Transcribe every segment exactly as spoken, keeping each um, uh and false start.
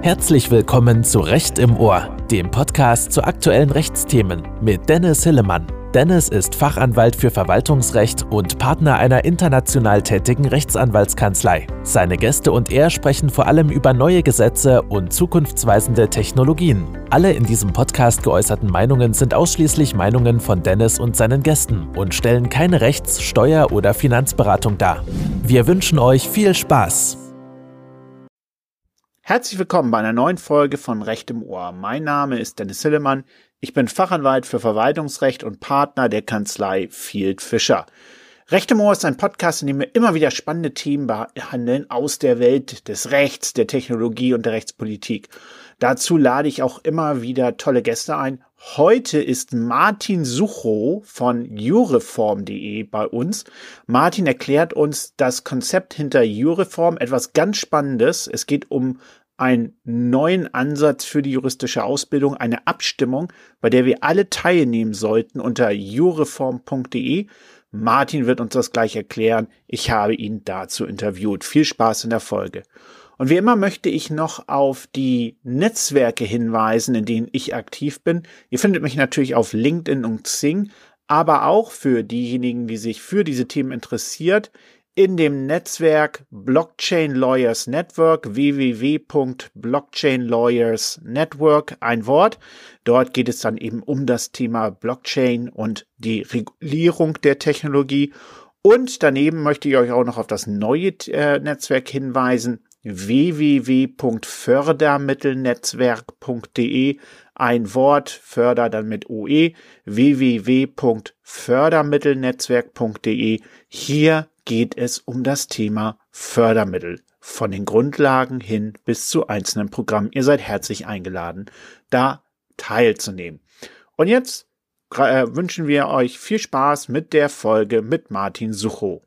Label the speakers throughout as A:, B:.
A: Herzlich willkommen zu Recht im Ohr, dem Podcast zu aktuellen Rechtsthemen mit Dennis Hillemann. Dennis ist Fachanwalt für Verwaltungsrecht und Partner einer international tätigen Rechtsanwaltskanzlei. Seine Gäste und er sprechen vor allem über neue Gesetze und zukunftsweisende Technologien. Alle in diesem Podcast geäußerten Meinungen sind ausschließlich Meinungen von Dennis und seinen Gästen und stellen keine Rechts-, Steuer- oder Finanzberatung dar. Wir wünschen euch viel Spaß.
B: Herzlich willkommen bei einer neuen Folge von Recht im Ohr. Mein Name ist Dennis Hillemann. Ich bin Fachanwalt für Verwaltungsrecht und Partner der Kanzlei Field Fischer. Recht im Ohr ist ein Podcast, in dem wir immer wieder spannende Themen behandeln aus der Welt des Rechts, der Technologie und der Rechtspolitik. Dazu lade ich auch immer wieder tolle Gäste ein. Heute ist Martin Suchow von jureform punkt de bei uns. Martin erklärt uns das Konzept hinter Jureform, etwas ganz Spannendes. Es geht um einen neuen Ansatz für die juristische Ausbildung, eine Abstimmung, bei der wir alle teilnehmen sollten unter jureform punkt de. Martin wird uns das gleich erklären. Ich habe ihn dazu interviewt. Viel Spaß in der Folge. Und wie immer möchte ich noch auf die Netzwerke hinweisen, in denen ich aktiv bin. Ihr findet mich natürlich auf LinkedIn und Xing, aber auch für diejenigen, die sich für diese Themen interessiert, in dem Netzwerk Blockchain Lawyers Network, w w w punkt blockchain lawyers network, ein Wort. Dort geht es dann eben um das Thema Blockchain und die Regulierung der Technologie. Und daneben möchte ich euch auch noch auf das neue äh, Netzwerk hinweisen, w w w punkt fördermittelnetzwerk punkt de, ein Wort, Förder dann mit O E, w w w punkt fördermittelnetzwerk punkt de. Hier geht es um das Thema Fördermittel, von den Grundlagen hin bis zu einzelnen Programmen. Ihr seid herzlich eingeladen, da teilzunehmen. Und jetzt äh, wünschen wir euch viel Spaß mit der Folge mit Martin Suchow.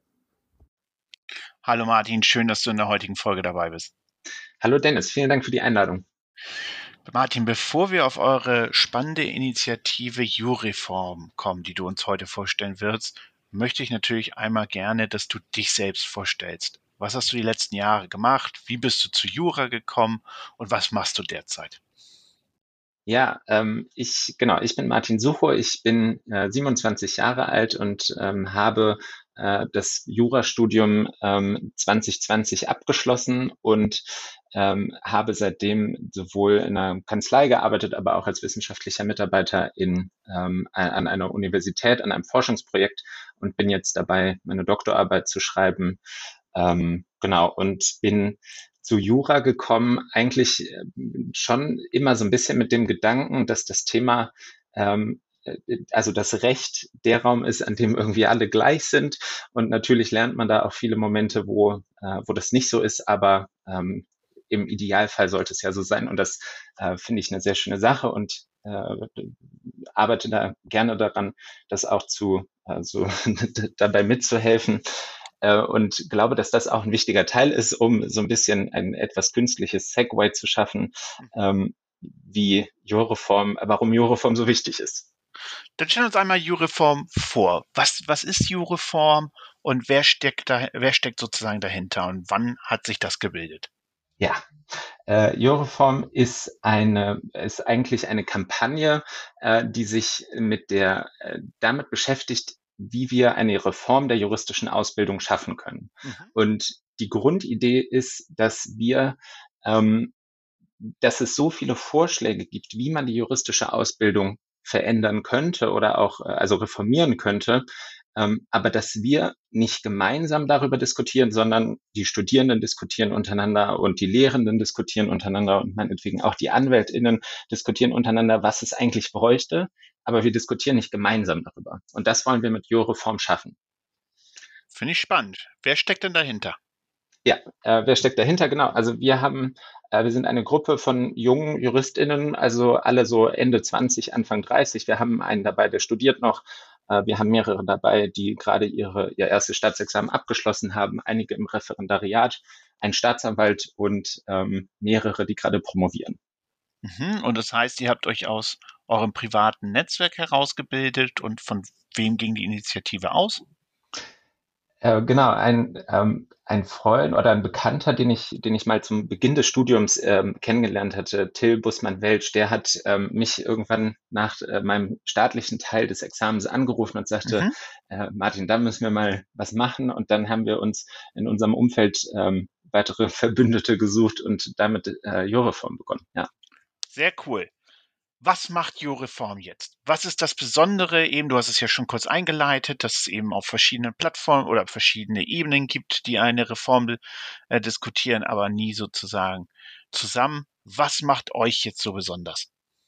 C: Hallo Martin, schön, dass du in der heutigen Folge dabei bist.
D: Hallo Dennis, vielen Dank für die Einladung.
C: Martin, bevor wir auf eure spannende Initiative Jureform kommen, die du uns heute vorstellen wirst, möchte ich natürlich einmal gerne, dass du dich selbst vorstellst. Was hast du die letzten Jahre gemacht? Wie bist du zu Jura gekommen? Und was machst du derzeit?
D: Ja, ähm, ich genau, ich bin Martin Suchow, ich bin äh, siebenundzwanzig Jahre alt und ähm, habe äh, das Jurastudium ähm, zwanzig zwanzig abgeschlossen und ähm, habe seitdem sowohl in einer Kanzlei gearbeitet, aber auch als wissenschaftlicher Mitarbeiter in, ähm, an einer Universität, an einem Forschungsprojekt und bin jetzt dabei, meine Doktorarbeit zu schreiben. Ähm, genau, und bin zu Jura gekommen, eigentlich schon immer so ein bisschen mit dem Gedanken, dass das Thema, ähm, also das Recht der Raum ist, an dem irgendwie alle gleich sind. Und natürlich lernt man da auch viele Momente, wo, äh, wo das nicht so ist, aber ähm, im Idealfall sollte es ja so sein. Und das äh, finde ich eine sehr schöne Sache und äh, arbeite da gerne daran, das auch zu, also dabei mitzuhelfen. Und glaube, dass das auch ein wichtiger Teil ist, um so ein bisschen ein etwas künstliches Segway zu schaffen, ähm, wie Jureform, warum Jureform so wichtig ist.
C: Dann stell uns einmal Jureform vor. Was, was ist Jureform und wer steckt da, wer steckt sozusagen dahinter und wann hat sich das gebildet?
D: Ja, äh, Jureform ist eine, ist eigentlich eine Kampagne, äh, die sich mit der, äh, damit beschäftigt, wie wir eine Reform der juristischen Ausbildung schaffen können. Mhm. Und die Grundidee ist, dass wir, ähm, dass es so viele Vorschläge gibt, wie man die juristische Ausbildung verändern könnte oder auch also reformieren könnte, ähm, aber dass wir nicht gemeinsam darüber diskutieren, sondern die Studierenden diskutieren untereinander und die Lehrenden diskutieren untereinander und meinetwegen auch die AnwältInnen diskutieren untereinander, was es eigentlich bräuchte, aber wir diskutieren nicht gemeinsam darüber. Und das wollen wir mit Jureform schaffen.
C: Finde ich spannend. Wer steckt denn dahinter?
D: Ja, äh, wer steckt dahinter? Genau. Also wir haben, äh, wir sind eine Gruppe von jungen JuristInnen, also alle so Ende zwanzig, Anfang dreißig. Wir haben einen dabei, der studiert noch. Äh, wir haben mehrere dabei, die gerade ihre, ihr erstes Staatsexamen abgeschlossen haben, einige im Referendariat, ein Staatsanwalt und ähm, mehrere, die gerade promovieren.
C: Mhm. Und das heißt, ihr habt euch aus eurem privaten Netzwerk herausgebildet und von wem ging die Initiative aus?
D: Äh, genau, ein, ähm, ein Freund oder ein Bekannter, den ich, den ich mal zum Beginn des Studiums ähm, kennengelernt hatte, Till Bussmann-Welsch, der hat ähm, mich irgendwann nach äh, meinem staatlichen Teil des Examens angerufen und sagte,
C: Mhm.
D: äh, Martin, da müssen wir mal was machen. Und dann haben wir uns in unserem Umfeld ähm, weitere Verbündete gesucht und damit äh, Jureform begonnen. Ja.
C: Sehr cool. Was macht Jureform jetzt? Was ist das Besondere? Eben, du hast es ja schon kurz eingeleitet, dass es eben auf verschiedenen Plattformen oder verschiedene Ebenen gibt, die eine Reform äh, diskutieren, aber nie sozusagen zusammen. Was macht euch jetzt so besonders?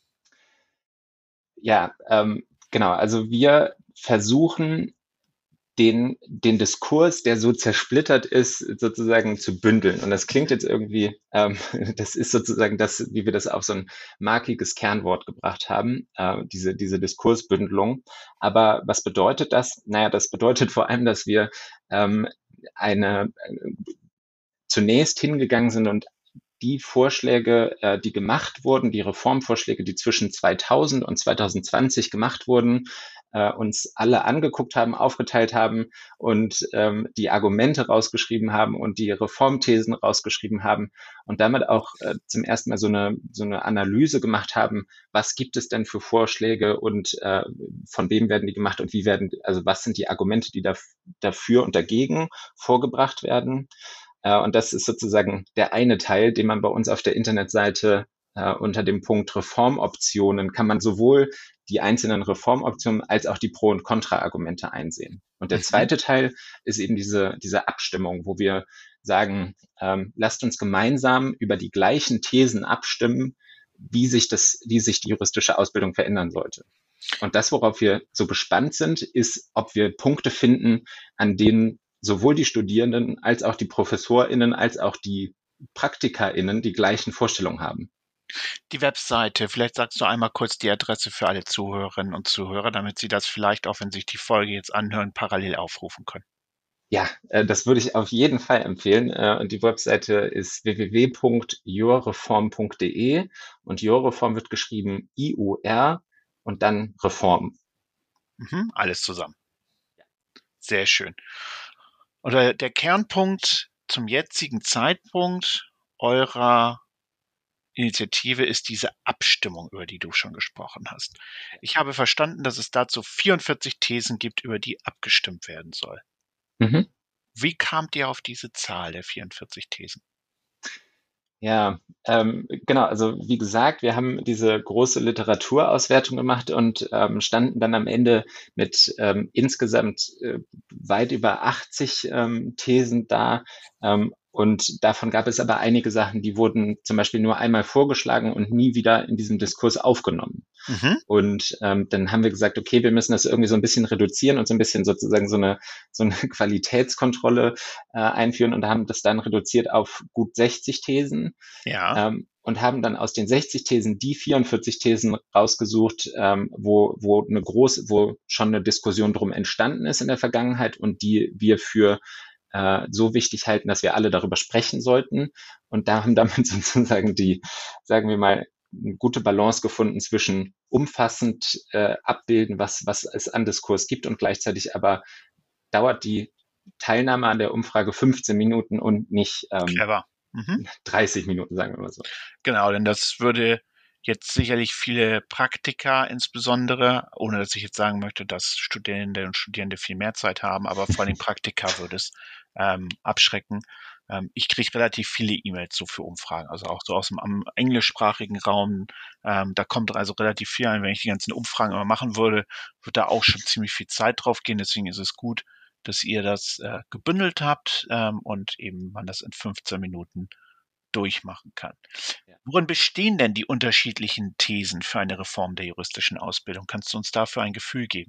D: Ja, ähm, genau. Also wir versuchen den, den Diskurs, der so zersplittert ist, sozusagen zu bündeln. Und das klingt jetzt irgendwie, ähm, das ist sozusagen das, wie wir das auf so ein markiges Kernwort gebracht haben, äh, diese, diese Diskursbündelung. Aber was bedeutet das? Naja, das bedeutet vor allem, dass wir ähm, eine äh, zunächst hingegangen sind und die Vorschläge, äh, die gemacht wurden, die Reformvorschläge, die zwischen zweitausend und zweitausendzwanzig gemacht wurden, äh, uns alle angeguckt haben, aufgeteilt haben und ähm, die Argumente rausgeschrieben haben und die Reformthesen rausgeschrieben haben und damit auch äh, zum ersten Mal so eine, so eine Analyse gemacht haben, was gibt es denn für Vorschläge und äh, von wem werden die gemacht und wie werden, also was sind die Argumente, die da, dafür und dagegen vorgebracht werden. Äh, und das ist sozusagen der eine Teil, den man bei uns auf der Internetseite äh, unter dem Punkt Reformoptionen kann man sowohl die einzelnen Reformoptionen als auch die Pro- und Kontra-Argumente einsehen. Und der
C: Mhm.
D: zweite Teil ist eben diese, diese Abstimmung, wo wir sagen, ähm, lasst uns gemeinsam über die gleichen Thesen abstimmen, wie sich das, wie sich die juristische Ausbildung verändern sollte. Und das, worauf wir so gespannt sind, ist, ob wir Punkte finden, an denen sowohl die Studierenden als auch die ProfessorInnen als auch die PraktikerInnen die gleichen Vorstellungen haben.
C: Die Webseite, vielleicht sagst du einmal kurz die Adresse für alle Zuhörerinnen und Zuhörer, damit sie das vielleicht, auch wenn sich die Folge jetzt anhören, parallel aufrufen können.
D: Ja, äh, das würde ich auf jeden Fall empfehlen. Äh, und die Webseite ist w w w punkt jurreform punkt d e und Jurreform wird geschrieben I U R und dann Reform.
C: Mhm, alles zusammen. Sehr schön. Oder der Kernpunkt zum jetzigen Zeitpunkt eurer Initiative ist diese Abstimmung, über die du schon gesprochen hast. Ich habe verstanden, dass es dazu vierundvierzig Thesen gibt, über die abgestimmt werden soll.
D: Mhm.
C: Wie kamt ihr auf diese Zahl der vierundvierzig Thesen?
D: Ja, ähm, genau. Also wie gesagt, wir haben diese große Literaturauswertung gemacht und ähm, standen dann am Ende mit ähm, insgesamt äh, weit über achtzig ähm, Thesen da. Ähm, und davon gab es aber einige Sachen, die wurden zum Beispiel nur einmal vorgeschlagen und nie wieder in diesem Diskurs aufgenommen.
C: Mhm.
D: Und ähm, dann haben wir gesagt, okay, wir müssen das irgendwie so ein bisschen reduzieren und so ein bisschen sozusagen so eine, so eine Qualitätskontrolle äh, einführen und haben das dann reduziert auf gut sechzig Thesen.
C: Ja.
D: Ähm, und haben dann aus den sechzig Thesen die vierundvierzig Thesen rausgesucht, ähm, wo, wo eine große, wo schon eine Diskussion drum entstanden ist in der Vergangenheit und die wir für äh, so wichtig halten, dass wir alle darüber sprechen sollten. Und da haben damit sozusagen die, sagen wir mal, eine gute Balance gefunden zwischen umfassend äh, abbilden, was, was es an Diskurs gibt und gleichzeitig aber dauert die Teilnahme an der Umfrage fünfzehn Minuten und nicht ähm,
C: Clever. Mhm.
D: dreißig Minuten, sagen wir mal so.
C: Genau, denn das würde jetzt sicherlich viele Praktiker insbesondere, ohne dass ich jetzt sagen möchte, dass Studierende und Studierende viel mehr Zeit haben, aber vor allem Praktiker würde es ähm, abschrecken. Ähm, ich kriege relativ viele E-Mails so für Umfragen, also auch so aus dem am englischsprachigen Raum. Ähm, da kommt also relativ viel ein. Wenn ich die ganzen Umfragen immer machen würde, würde da auch schon ziemlich viel Zeit drauf gehen. Deswegen ist es gut, dass ihr das äh, gebündelt habt ähm, und eben man das in fünfzehn Minuten durchmachen kann.
D: Ja.
C: Worin bestehen denn die unterschiedlichen Thesen für eine Reform der juristischen Ausbildung? Kannst du uns dafür ein Gefühl geben?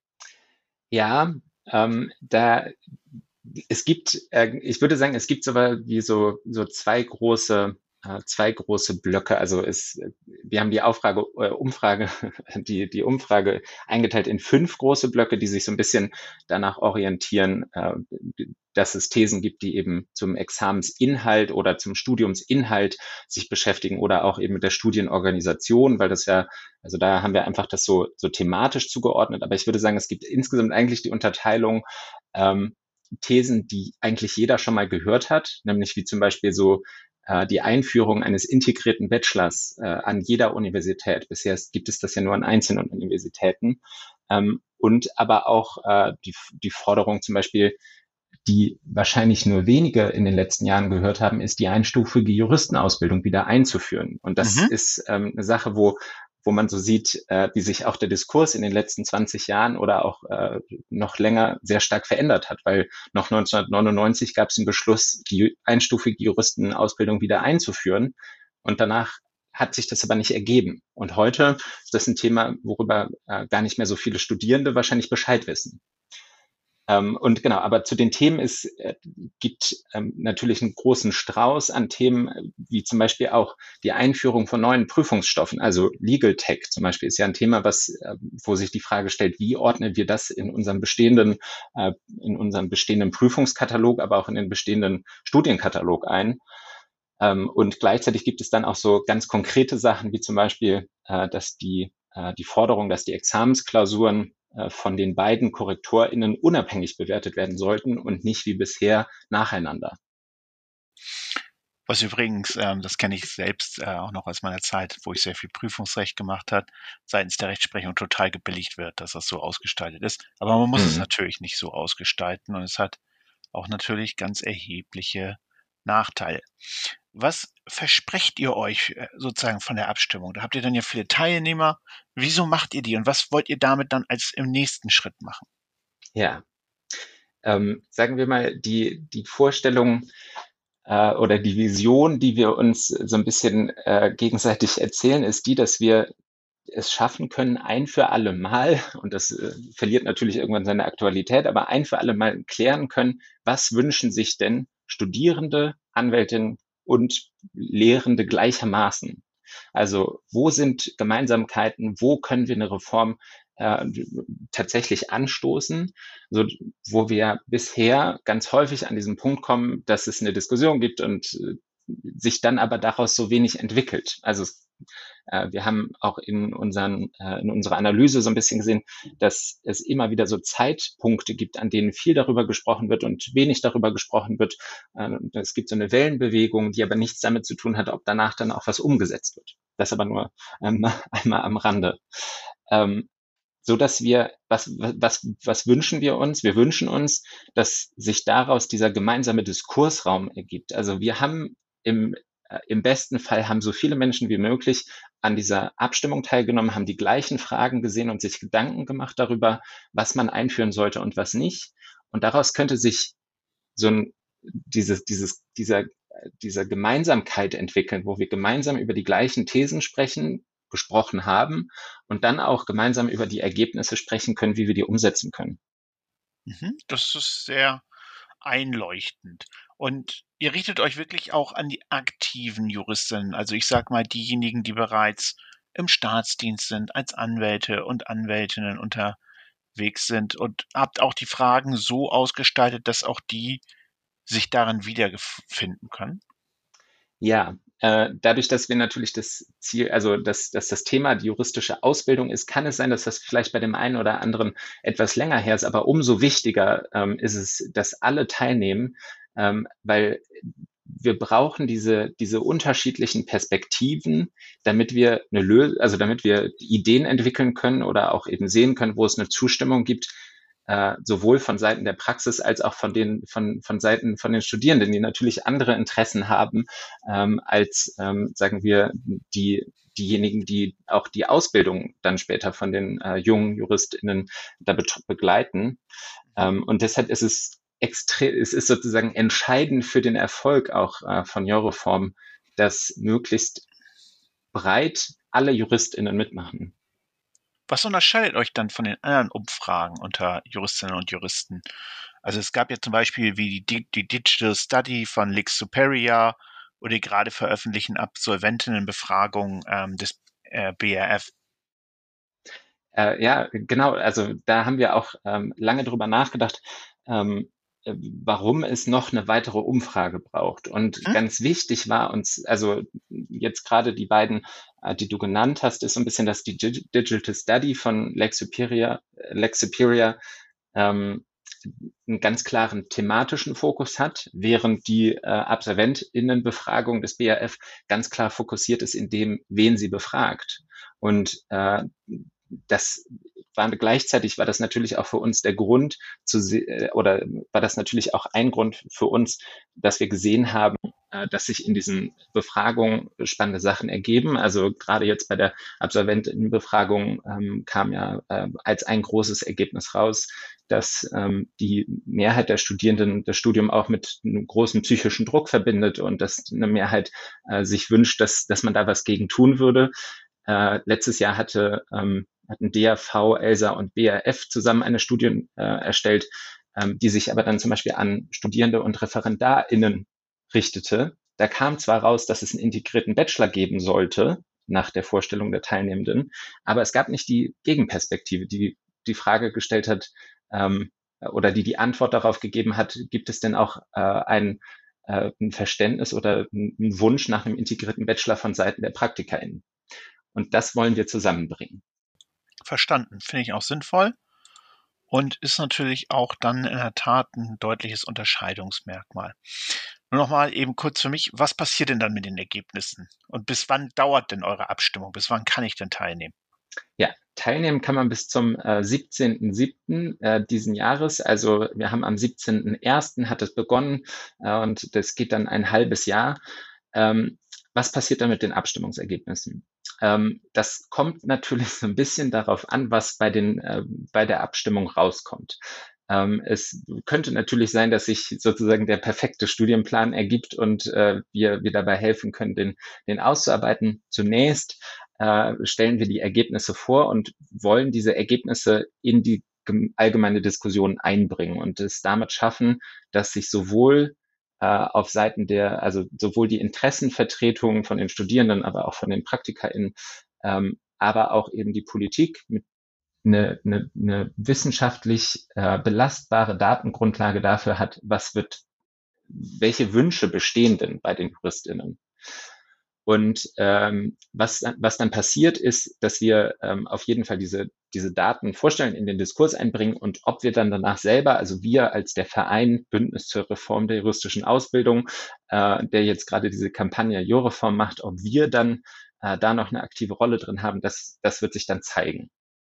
D: Ja, ähm, da es gibt, äh, ich würde sagen, es gibt so wie so so zwei große äh, zwei große Blöcke. Also es, wir haben die Aufrage, äh, Umfrage, die die Umfrage eingeteilt in fünf große Blöcke, die sich so ein bisschen danach orientieren, äh, dass es Thesen gibt, die eben zum Examensinhalt oder zum Studiumsinhalt sich beschäftigen oder auch eben mit der Studienorganisation, weil das ja, also da haben wir einfach das so so thematisch zugeordnet. Aber ich würde sagen, es gibt insgesamt eigentlich die Unterteilung ähm, Thesen, die eigentlich jeder schon mal gehört hat, nämlich wie zum Beispiel so äh, die Einführung eines integrierten Bachelors äh, an jeder Universität. Bisher gibt es das ja nur an einzelnen Universitäten. Ähm, und aber auch äh, die, die Forderung zum Beispiel, die wahrscheinlich nur wenige in den letzten Jahren gehört haben, ist die einstufige Juristenausbildung wieder einzuführen. Und das
C: Mhm.
D: ist ähm, eine Sache, wo wo man so sieht, äh, wie sich auch der Diskurs in den letzten zwanzig Jahren oder auch äh, noch länger sehr stark verändert hat, weil noch neunzehnhundertneunundneunzig gab es einen Beschluss, die einstufige Juristenausbildung wieder einzuführen und danach hat sich das aber nicht ergeben. Und heute ist das ein Thema, worüber äh, gar nicht mehr so viele Studierende wahrscheinlich Bescheid wissen. Ähm, und genau, aber zu den Themen es äh, gibt ähm, natürlich einen großen Strauß an Themen, wie zum Beispiel auch die Einführung von neuen Prüfungsstoffen. Also Legal Tech zum Beispiel ist ja ein Thema, was, äh, wo sich die Frage stellt, wie ordnen wir das in unserem bestehenden, äh, in unserem bestehenden Prüfungskatalog, aber auch in den bestehenden Studienkatalog ein. Ähm, und gleichzeitig gibt es dann auch so ganz konkrete Sachen, wie zum Beispiel, äh, dass die, äh, die Forderung, dass die Examensklausuren äh, von den beiden KorrektorInnen unabhängig bewertet werden sollten und nicht wie bisher nacheinander.
C: Was übrigens, ähm, das kenne ich selbst äh, auch noch aus meiner Zeit, wo ich sehr viel Prüfungsrecht gemacht hat, seitens der Rechtsprechung total gebilligt wird, dass das so ausgestaltet ist. Aber man muss es
D: Mhm.
C: natürlich nicht so ausgestalten und es hat auch natürlich ganz erhebliche Nachteile. Was versprecht ihr euch äh, sozusagen von der Abstimmung? Da habt ihr dann ja viele Teilnehmer. Wieso macht ihr die und was wollt ihr damit dann als im nächsten Schritt machen?
D: Ja, ähm, sagen wir mal, die, die Vorstellung äh, oder die Vision, die wir uns so ein bisschen äh, gegenseitig erzählen, ist die, dass wir es schaffen können, ein für alle Mal, und das äh, verliert natürlich irgendwann seine Aktualität, aber ein für alle Mal klären können, was wünschen sich denn Studierende, Anwältinnen und Lehrende gleichermaßen? Also wo sind Gemeinsamkeiten, wo können wir eine Reform äh, tatsächlich anstoßen, so, wo wir bisher ganz häufig an diesen Punkt kommen, dass es eine Diskussion gibt und äh, sich dann aber daraus so wenig entwickelt. Also äh, wir haben auch in, unseren, äh, in unserer Analyse so ein bisschen gesehen, dass es immer wieder so Zeitpunkte gibt, an denen viel darüber gesprochen wird und wenig darüber gesprochen wird. Äh, es gibt so eine Wellenbewegung, die aber nichts damit zu tun hat, ob danach dann auch was umgesetzt wird. Das aber nur ähm, einmal am Rande. Ähm, so dass wir, was, was, was wünschen wir uns? Wir wünschen uns, dass sich daraus dieser gemeinsame Diskursraum ergibt. Also wir haben im, äh, im besten Fall haben so viele Menschen wie möglich an dieser Abstimmung teilgenommen, haben die gleichen Fragen gesehen und sich Gedanken gemacht darüber, was man einführen sollte und was nicht. Und daraus könnte sich so ein, dieses, dieses, dieser, dieser Gemeinsamkeit entwickeln, wo wir gemeinsam über die gleichen Thesen sprechen, gesprochen haben und dann auch gemeinsam über die Ergebnisse sprechen können, wie wir die umsetzen können.
C: Mhm, das ist sehr einleuchtend. Und ihr richtet euch wirklich auch an die aktiven Juristinnen, also ich sag mal diejenigen, die bereits im Staatsdienst sind, als Anwälte und Anwältinnen unterwegs sind und habt auch die Fragen so ausgestaltet, dass auch die sich darin wiederfinden können?
D: Ja, äh, dadurch, dass wir natürlich das Ziel, also dass, dass das Thema die juristische Ausbildung ist, kann es sein, dass das vielleicht bei dem einen oder anderen etwas länger her ist, aber umso wichtiger ähm, ist es, dass alle teilnehmen, ähm, weil wir brauchen diese, diese unterschiedlichen Perspektiven, damit wir eine Lösung, also damit wir Ideen entwickeln können oder auch eben sehen können, wo es eine Zustimmung gibt, äh, sowohl von Seiten der Praxis als auch von den von von Seiten von den Studierenden, die natürlich andere Interessen haben ähm, als ähm, sagen wir die diejenigen, die auch die Ausbildung dann später von den äh, jungen JuristInnen da be begleiten. Ähm, und deshalb ist es extrem, es ist sozusagen entscheidend für den Erfolg auch äh, von Jureform, dass möglichst breit alle JuristInnen mitmachen.
C: Was unterscheidet euch dann von den anderen Umfragen unter Juristinnen und Juristen? Also es gab ja zum Beispiel wie die, die Digital Study von Lex Superior oder die gerade veröffentlichten Absolventinnenbefragung ähm, des äh, B R F.
D: Äh, ja, genau. Also da haben wir auch ähm, lange drüber nachgedacht, ähm, äh, warum es noch eine weitere Umfrage braucht. Und
C: Hm?
D: ganz wichtig war uns, also jetzt gerade die beiden, äh, die du genannt hast, ist so ein bisschen, dass die Dig- Digital Study von Lex Superior, Lex Superior ähm, einen ganz klaren thematischen Fokus hat, während die äh, AbsolventInnenbefragung des B R F ganz klar fokussiert ist in dem, wen sie befragt. Und äh, das war gleichzeitig war das natürlich auch für uns der Grund zu se- oder war das natürlich auch ein Grund für uns, dass wir gesehen haben, äh, dass sich in diesen Befragungen spannende Sachen ergeben. Also gerade jetzt bei der Absolventinnenbefragung ähm, kam ja äh, als ein großes Ergebnis raus, dass ähm, die Mehrheit der Studierenden das Studium auch mit einem großen psychischen Druck verbindet und dass eine Mehrheit äh, sich wünscht, dass, dass man da was gegen tun würde. Äh, letztes Jahr hatte, ähm, hatten D A V, ELSA und B R F zusammen eine Studie äh, erstellt, ähm, die sich aber dann zum Beispiel an Studierende und ReferendarInnen richtete. Da kam zwar raus, dass es einen integrierten Bachelor geben sollte, nach der Vorstellung der Teilnehmenden, aber es gab nicht die Gegenperspektive, die die Frage gestellt hat, ähm, oder die die Antwort darauf gegeben hat, gibt es denn auch äh, ein, äh, ein Verständnis oder ein Wunsch nach einem integrierten Bachelor von Seiten der PraktikerInnen? Und das wollen wir zusammenbringen.
C: Verstanden, finde ich auch sinnvoll und ist natürlich auch dann in der Tat ein deutliches Unterscheidungsmerkmal. Nur noch mal eben kurz für mich, was passiert denn dann mit den Ergebnissen? Und bis wann dauert denn eure Abstimmung? Bis wann kann ich denn teilnehmen?
D: Ja, teilnehmen kann man bis zum äh, siebzehnten siebten Äh, diesen Jahres. Also wir haben am siebzehnten ersten hat es begonnen äh, und das geht dann ein halbes Jahr. Ähm, was passiert dann mit den Abstimmungsergebnissen? Ähm, das kommt natürlich so ein bisschen darauf an, was bei den äh, bei der Abstimmung rauskommt. Ähm, es könnte natürlich sein, dass sich sozusagen der perfekte Studienplan ergibt und äh, wir, wir dabei helfen können, den, den auszuarbeiten. Zunächst äh, stellen wir die Ergebnisse vor und wollen diese Ergebnisse in die allgemeine Diskussion einbringen und es damit schaffen, dass sich sowohl äh, auf Seiten der, also sowohl die Interessenvertretungen von den Studierenden, aber auch von den PraktikerInnen, ähm, aber auch eben die Politik mit eine, eine, eine wissenschaftlich äh, belastbare Datengrundlage dafür hat, was wird, welche Wünsche bestehen denn bei den JuristInnen. Und ähm, was, was dann passiert ist, dass wir ähm, auf jeden Fall diese, diese Daten vorstellen, in den Diskurs einbringen und ob wir dann danach selber, also wir als der Verein Bündnis zur Reform der juristischen Ausbildung, äh, der jetzt gerade diese Kampagne Jureform macht, ob wir dann äh, da noch eine aktive Rolle drin haben, das, das wird sich dann zeigen.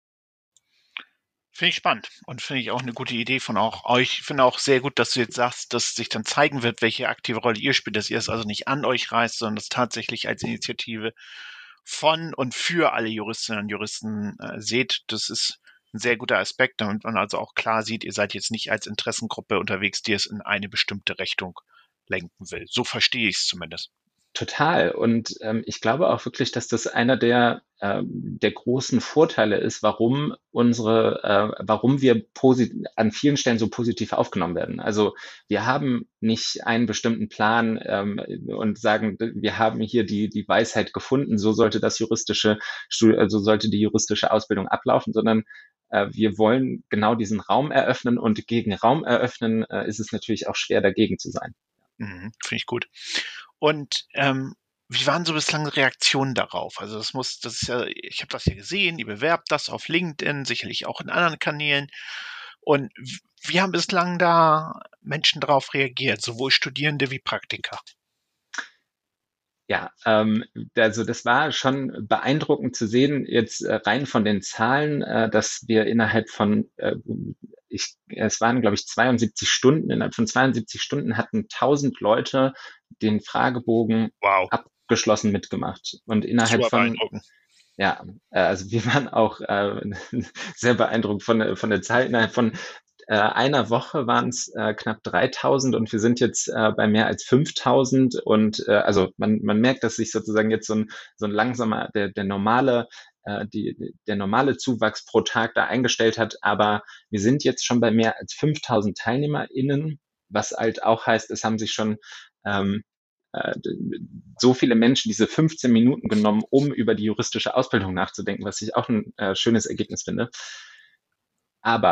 C: Finde ich spannend und finde ich auch eine gute Idee von auch euch. Ich finde auch sehr gut, dass du jetzt sagst, dass sich dann zeigen wird, welche aktive Rolle ihr spielt, dass ihr es also nicht an euch reißt, sondern das tatsächlich als Initiative von und für alle Juristinnen und Juristen äh, seht. Das ist ein sehr guter Aspekt, damit man also auch klar sieht, ihr seid jetzt nicht als Interessengruppe unterwegs, die es in eine bestimmte Richtung lenken will. So verstehe ich es zumindest.
D: Total. Und ähm, ich glaube auch wirklich, dass das einer der, ähm, der großen Vorteile ist, warum unsere, äh, warum wir posit- an vielen Stellen so positiv aufgenommen werden. Also wir haben nicht einen bestimmten Plan ähm, und sagen, wir haben hier die, die Weisheit gefunden, so sollte das juristische, Stu- also sollte die juristische Ausbildung ablaufen, sondern äh, wir wollen genau diesen Raum eröffnen und gegen Raum eröffnen äh, ist es natürlich auch schwer, dagegen zu sein.
C: Mhm, finde ich gut. Und ähm, wie waren so bislang Reaktionen darauf? Also das muss, das ist ja, ich habe das ja gesehen, ihr bewerbt das auf LinkedIn, sicherlich auch in anderen Kanälen. Und w- wie haben bislang da Menschen darauf reagiert, sowohl Studierende wie Praktiker?
D: Ja, ähm, also das war schon beeindruckend zu sehen, jetzt äh, rein von den Zahlen, äh, dass wir innerhalb von, äh, ich, es waren glaube ich zweiundsiebzig Stunden, innerhalb von zweiundsiebzig Stunden hatten tausend Leute den Fragebogen
C: Wow,
D: abgeschlossen mitgemacht. Und innerhalb
C: super
D: von,
C: beeindruckend.
D: ja, äh, also wir waren auch äh, sehr beeindruckt von, der- von der Zahl. Innerhalb von äh, einer Woche waren es äh, knapp dreitausend und wir sind jetzt äh, bei mehr als fünftausend und äh, also man, man merkt, dass sich sozusagen jetzt so ein, so ein langsamer, der, der normale äh, die, der normale Zuwachs pro Tag da eingestellt hat, aber wir sind jetzt schon bei mehr als fünftausend TeilnehmerInnen, was halt auch heißt, es haben sich schon ähm, äh, so viele Menschen diese fünfzehn Minuten genommen, um über die juristische Ausbildung nachzudenken, was ich auch ein äh, schönes Ergebnis finde. Aber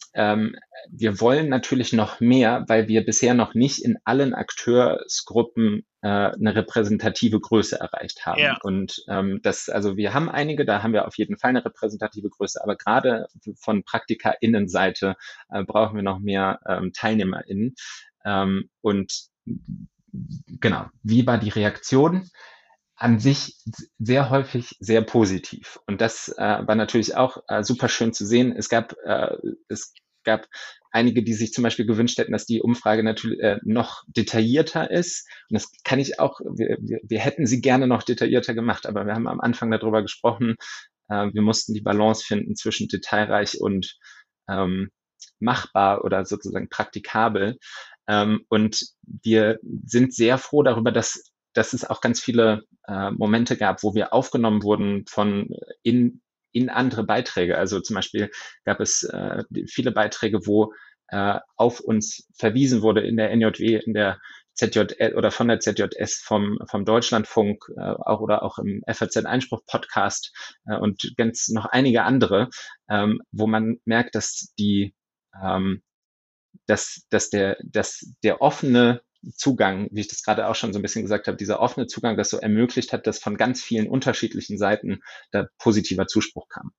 D: ähm, wir wollen natürlich noch mehr, weil wir bisher noch nicht in allen Akteursgruppen äh, eine repräsentative Größe erreicht haben.
C: Ja.
D: Und ähm, das, also wir haben einige, da haben wir auf jeden Fall eine repräsentative Größe, aber gerade von PraktikerInnenseite äh, brauchen wir noch mehr ähm, TeilnehmerInnen. Ähm, und genau, wie war die Reaktion? An sich sehr häufig sehr positiv. Und das äh, war natürlich auch äh, super schön zu sehen. Es gab, äh, es gab einige, die sich zum Beispiel gewünscht hätten, dass die Umfrage natürlich äh, noch detaillierter ist. Und das kann ich auch, wir, wir, wir hätten sie gerne noch detaillierter gemacht, aber wir haben am Anfang darüber gesprochen, äh, wir mussten die Balance finden zwischen detailreich und ähm, machbar oder sozusagen praktikabel. Ähm, und wir sind sehr froh darüber, dass dass es auch ganz viele äh, Momente gab, wo wir aufgenommen wurden von in, in andere Beiträge. Also zum Beispiel gab es äh, viele Beiträge, wo äh, auf uns verwiesen wurde in der N J W, in der Z J S oder von der Z J S vom, vom Deutschlandfunk äh, auch oder auch im F A Z Einspruch Podcast äh, und ganz noch einige andere, ähm, wo man merkt, dass die ähm, dass, dass der, dass der offene Zugang, wie ich das gerade auch schon so ein bisschen gesagt habe, dieser offene Zugang das so ermöglicht hat, dass von ganz vielen unterschiedlichen Seiten da positiver Zuspruch kam.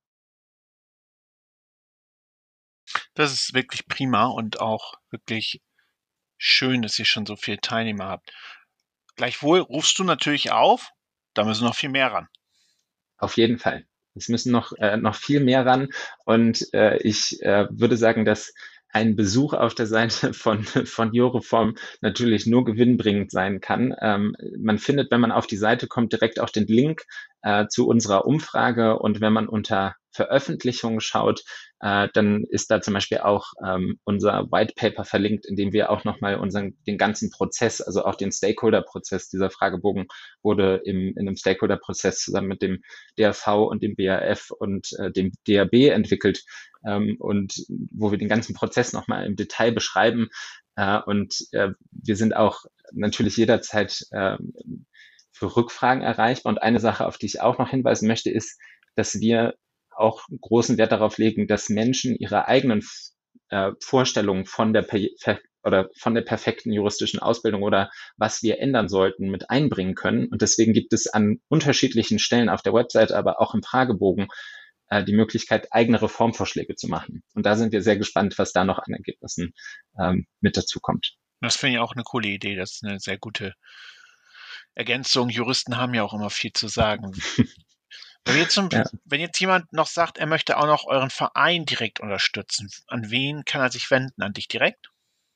C: Das ist wirklich prima und auch wirklich schön, dass ihr schon so viele Teilnehmer habt. Gleichwohl rufst du natürlich auf, da müssen noch viel mehr ran.
D: Auf jeden Fall. Es müssen noch, äh, noch viel mehr ran. Und äh, ich äh, würde sagen, dass ein Besuch auf der Seite von, von Jureform natürlich nur gewinnbringend sein kann. Ähm, man findet, wenn man auf die Seite kommt, direkt auch den Link äh, zu unserer Umfrage. Und wenn man unter Veröffentlichungen schaut, äh, dann ist da zum Beispiel auch ähm, unser White Paper verlinkt, in dem wir auch nochmal unseren, den ganzen Prozess, also auch den Stakeholder-Prozess, dieser Fragebogen wurde im, in einem Stakeholder-Prozess zusammen mit dem D R V und dem B A F und äh, dem D R B entwickelt, ähm, und wo wir den ganzen Prozess nochmal im Detail beschreiben. Äh, und äh, wir sind auch natürlich jederzeit äh, für Rückfragen erreichbar. Und eine Sache, auf die ich auch noch hinweisen möchte, ist, dass wir auch großen Wert darauf legen, dass Menschen ihre eigenen äh, Vorstellungen von der oder von der perfekten juristischen Ausbildung oder was wir ändern sollten mit einbringen können. Und deswegen gibt es an unterschiedlichen Stellen auf der Website, aber auch im Fragebogen äh, die Möglichkeit, eigene Reformvorschläge zu machen. Und da sind wir sehr gespannt, was da noch an Ergebnissen ähm, mit dazu kommt.
C: Das finde ich auch eine coole Idee. Das ist eine sehr gute Ergänzung. Juristen haben ja auch immer viel zu sagen. Wenn jetzt, zum, ja. wenn jetzt jemand noch sagt, er möchte auch noch euren Verein direkt unterstützen, an wen kann er sich wenden? An dich direkt?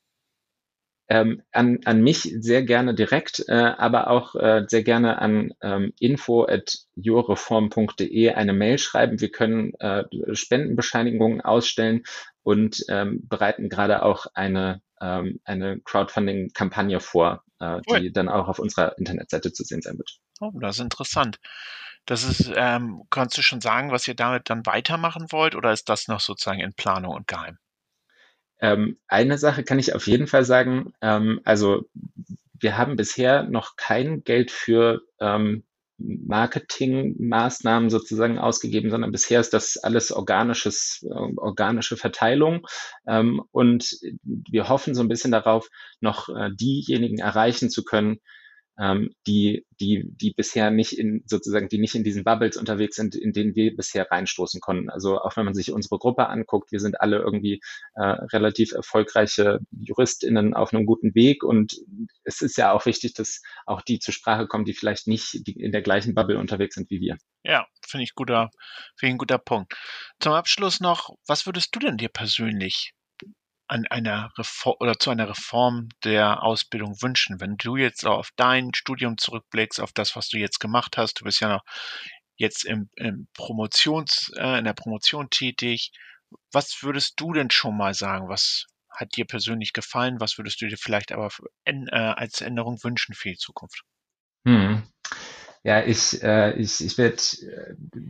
D: Ähm, an, an mich sehr gerne direkt, äh, aber auch äh, sehr gerne an ähm, info at jureform punkt de eine Mail schreiben. Wir können äh, Spendenbescheinigungen ausstellen und ähm, bereiten gerade auch eine, ähm, eine Crowdfunding-Kampagne vor, äh, cool. die dann auch auf unserer Internetseite zu sehen sein wird.
C: Oh, das ist interessant. Das ist, ähm, kannst du schon sagen, was ihr damit dann weitermachen wollt, oder ist das noch sozusagen in Planung und geheim?
D: Ähm, eine Sache kann ich auf jeden Fall sagen. Ähm, also wir haben bisher noch kein Geld für ähm, Marketingmaßnahmen sozusagen ausgegeben, sondern bisher ist das alles organisches, äh, organische Verteilung. Ähm, und wir hoffen so ein bisschen darauf, noch äh, diejenigen erreichen zu können, ähm, die, die, die bisher nicht in, sozusagen, die nicht in diesen Bubbles unterwegs sind, in denen wir bisher reinstoßen konnten. Also auch wenn man sich unsere Gruppe anguckt, wir sind alle irgendwie äh, relativ erfolgreiche JuristInnen auf einem guten Weg, und es ist ja auch wichtig, dass auch die zur Sprache kommen, die vielleicht nicht die in der gleichen Bubble unterwegs sind wie wir.
C: Ja, finde ich guter, finde ich ein guter Punkt. Zum Abschluss noch, was würdest du denn dir persönlich an einer Reform oder zu einer Reform der Ausbildung wünschen? Wenn du jetzt auf dein Studium zurückblickst, auf das, was du jetzt gemacht hast, du bist ja noch jetzt im, im Promotions, äh, in der Promotion tätig. Was würdest du denn schon mal sagen? Was hat dir persönlich gefallen? Was würdest du dir vielleicht aber für, äh, als Änderung wünschen für die Zukunft?
D: Hm. Ja, ich, äh, ich, ich werd, äh,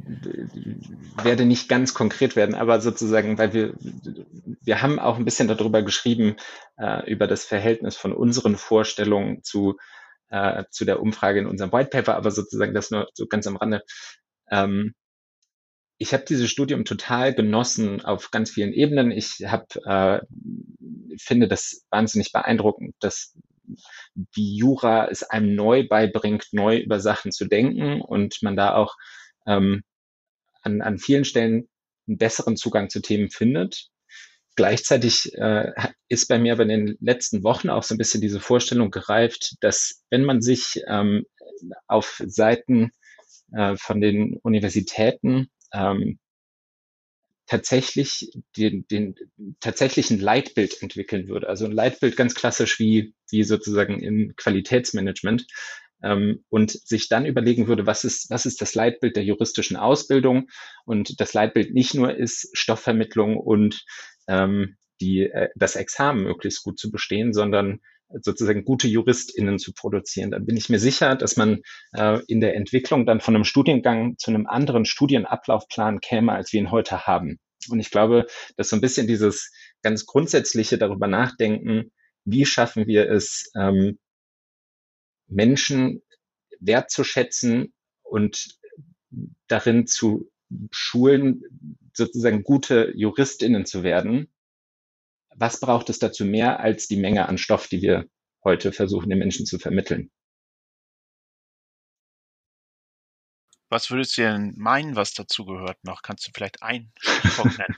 D: werde nicht ganz konkret werden, aber sozusagen, weil wir, wir haben auch ein bisschen darüber geschrieben, äh, über das Verhältnis von unseren Vorstellungen zu, äh, zu der Umfrage in unserem White Paper, aber sozusagen das nur so ganz am Rande. Ähm, ich habe dieses Studium total genossen auf ganz vielen Ebenen. Ich habe, äh, finde das wahnsinnig beeindruckend, dass die Jura es einem neu beibringt, neu über Sachen zu denken und man da auch ähm, an, an vielen Stellen einen besseren Zugang zu Themen findet. Gleichzeitig äh, ist bei mir aber in den letzten Wochen auch so ein bisschen diese Vorstellung gereift, dass wenn man sich ähm, auf Seiten äh, von den Universitäten ähm, tatsächlich den, den tatsächlichen Leitbild entwickeln würde. Also ein Leitbild ganz klassisch wie, wie sozusagen im Qualitätsmanagement. Ähm, und sich dann überlegen würde, was ist, was ist das Leitbild der juristischen Ausbildung? Und das Leitbild nicht nur ist Stoffvermittlung und ähm, die, äh, das Examen möglichst gut zu bestehen, sondern sozusagen gute JuristInnen zu produzieren. Dann bin ich mir sicher, dass man äh, in der Entwicklung dann von einem Studiengang zu einem anderen Studienablaufplan käme, als wir ihn heute haben. Und ich glaube, dass so ein bisschen dieses ganz grundsätzliche darüber nachdenken, wie schaffen wir es, ähm, Menschen wertzuschätzen und darin zu schulen, sozusagen gute JuristInnen zu werden. Was braucht es dazu mehr als die Menge an Stoff, die wir heute versuchen, den Menschen zu vermitteln?
C: Was würdest du denn meinen, was dazu gehört noch? Kannst du vielleicht ein Stichpunkt nennen?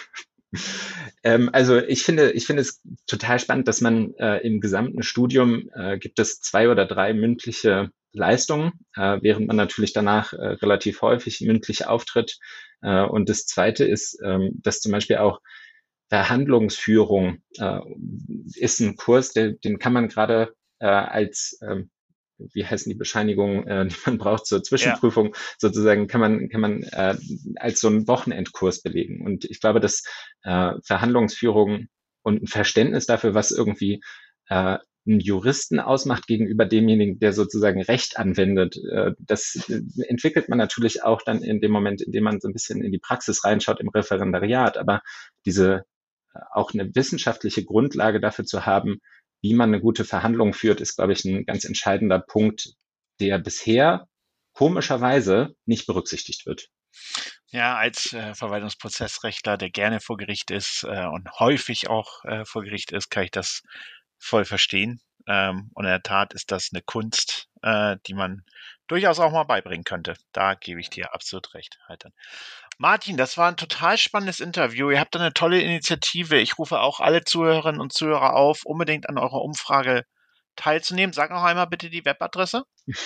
D: ähm, also ich finde, ich finde es total spannend, dass man äh, im gesamten Studium äh, gibt es zwei oder drei mündliche Leistungen, äh, während man natürlich danach äh, relativ häufig mündlich auftritt. Äh, und das Zweite ist, ähm, dass zum Beispiel auch Verhandlungsführung äh, ist ein Kurs, der, den kann man gerade äh, als, äh, wie heißen die Bescheinigungen, äh, die man braucht zur Zwischenprüfung, ja. sozusagen kann man kann man äh, als so einen Wochenendkurs belegen. Und ich glaube, dass äh, Verhandlungsführung und ein Verständnis dafür, was irgendwie äh, einen Juristen ausmacht gegenüber demjenigen, der sozusagen Recht anwendet, äh, das entwickelt man natürlich auch dann in dem Moment, in dem man so ein bisschen in die Praxis reinschaut im Referendariat. Aber diese auch eine wissenschaftliche Grundlage dafür zu haben, wie man eine gute Verhandlung führt, ist, glaube ich, ein ganz entscheidender Punkt, der bisher komischerweise nicht berücksichtigt wird.
C: Ja, als äh, Verwaltungsprozessrechtler, der gerne vor Gericht ist äh, und häufig auch äh, vor Gericht ist, kann ich das voll verstehen. Ähm, und in der Tat ist das eine Kunst, äh, die man durchaus auch mal beibringen könnte. Da gebe ich dir absolut recht. Halt dann. Martin, das war ein total spannendes Interview. Ihr habt da eine tolle Initiative. Ich rufe auch alle Zuhörerinnen und Zuhörer auf, unbedingt an eurer Umfrage teilzunehmen. Sag noch einmal bitte die Webadresse.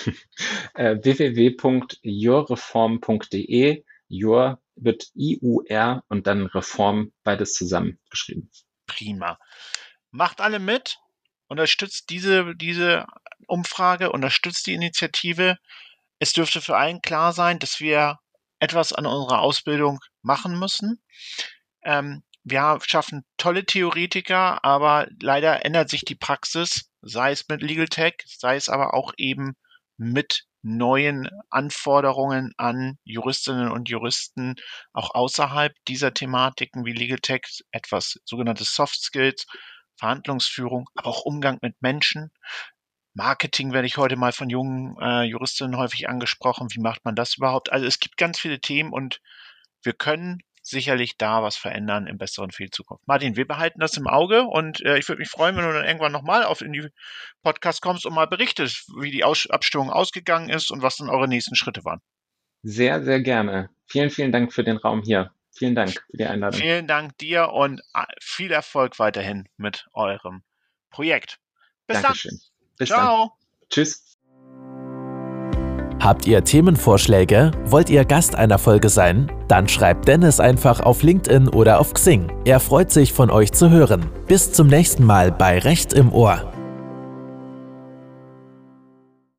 D: w w w punkt jurreform punkt d e. Jur wird I U R und dann Reform, beides zusammengeschrieben.
C: Prima. Macht alle mit, unterstützt diese, diese Umfrage, unterstützt die Initiative. Es dürfte für allen klar sein, dass wir etwas an unserer Ausbildung machen müssen. Ähm, wir schaffen tolle Theoretiker, aber leider ändert sich die Praxis, sei es mit Legal Tech, sei es aber auch eben mit neuen Anforderungen an Juristinnen und Juristen, auch außerhalb dieser Thematiken wie Legal Tech, etwas sogenannte Soft Skills, Verhandlungsführung, aber auch Umgang mit Menschen. Marketing werde ich heute mal von jungen äh, Juristinnen häufig angesprochen. Wie macht man das überhaupt? Also es gibt ganz viele Themen und wir können sicherlich da was verändern im besseren für die Zukunft. Martin, wir behalten das im Auge und äh, ich würde mich freuen, wenn du dann irgendwann nochmal auf in die Podcast kommst und mal berichtest, wie die Aus- Abstimmung ausgegangen ist und was dann eure nächsten Schritte waren.
D: Sehr, sehr gerne. Vielen, vielen Dank für den Raum hier. Vielen Dank für die Einladung.
C: Vielen Dank dir und viel Erfolg weiterhin mit eurem Projekt. Bis
D: Dankeschön.
C: dann.
D: Bis
C: Ciao.
D: dann. Tschüss.
A: Habt ihr Themenvorschläge? Wollt ihr Gast einer Folge sein? Dann schreibt Dennis einfach auf LinkedIn oder auf Xing. Er freut sich, von euch zu hören. Bis zum nächsten Mal bei Recht im Ohr.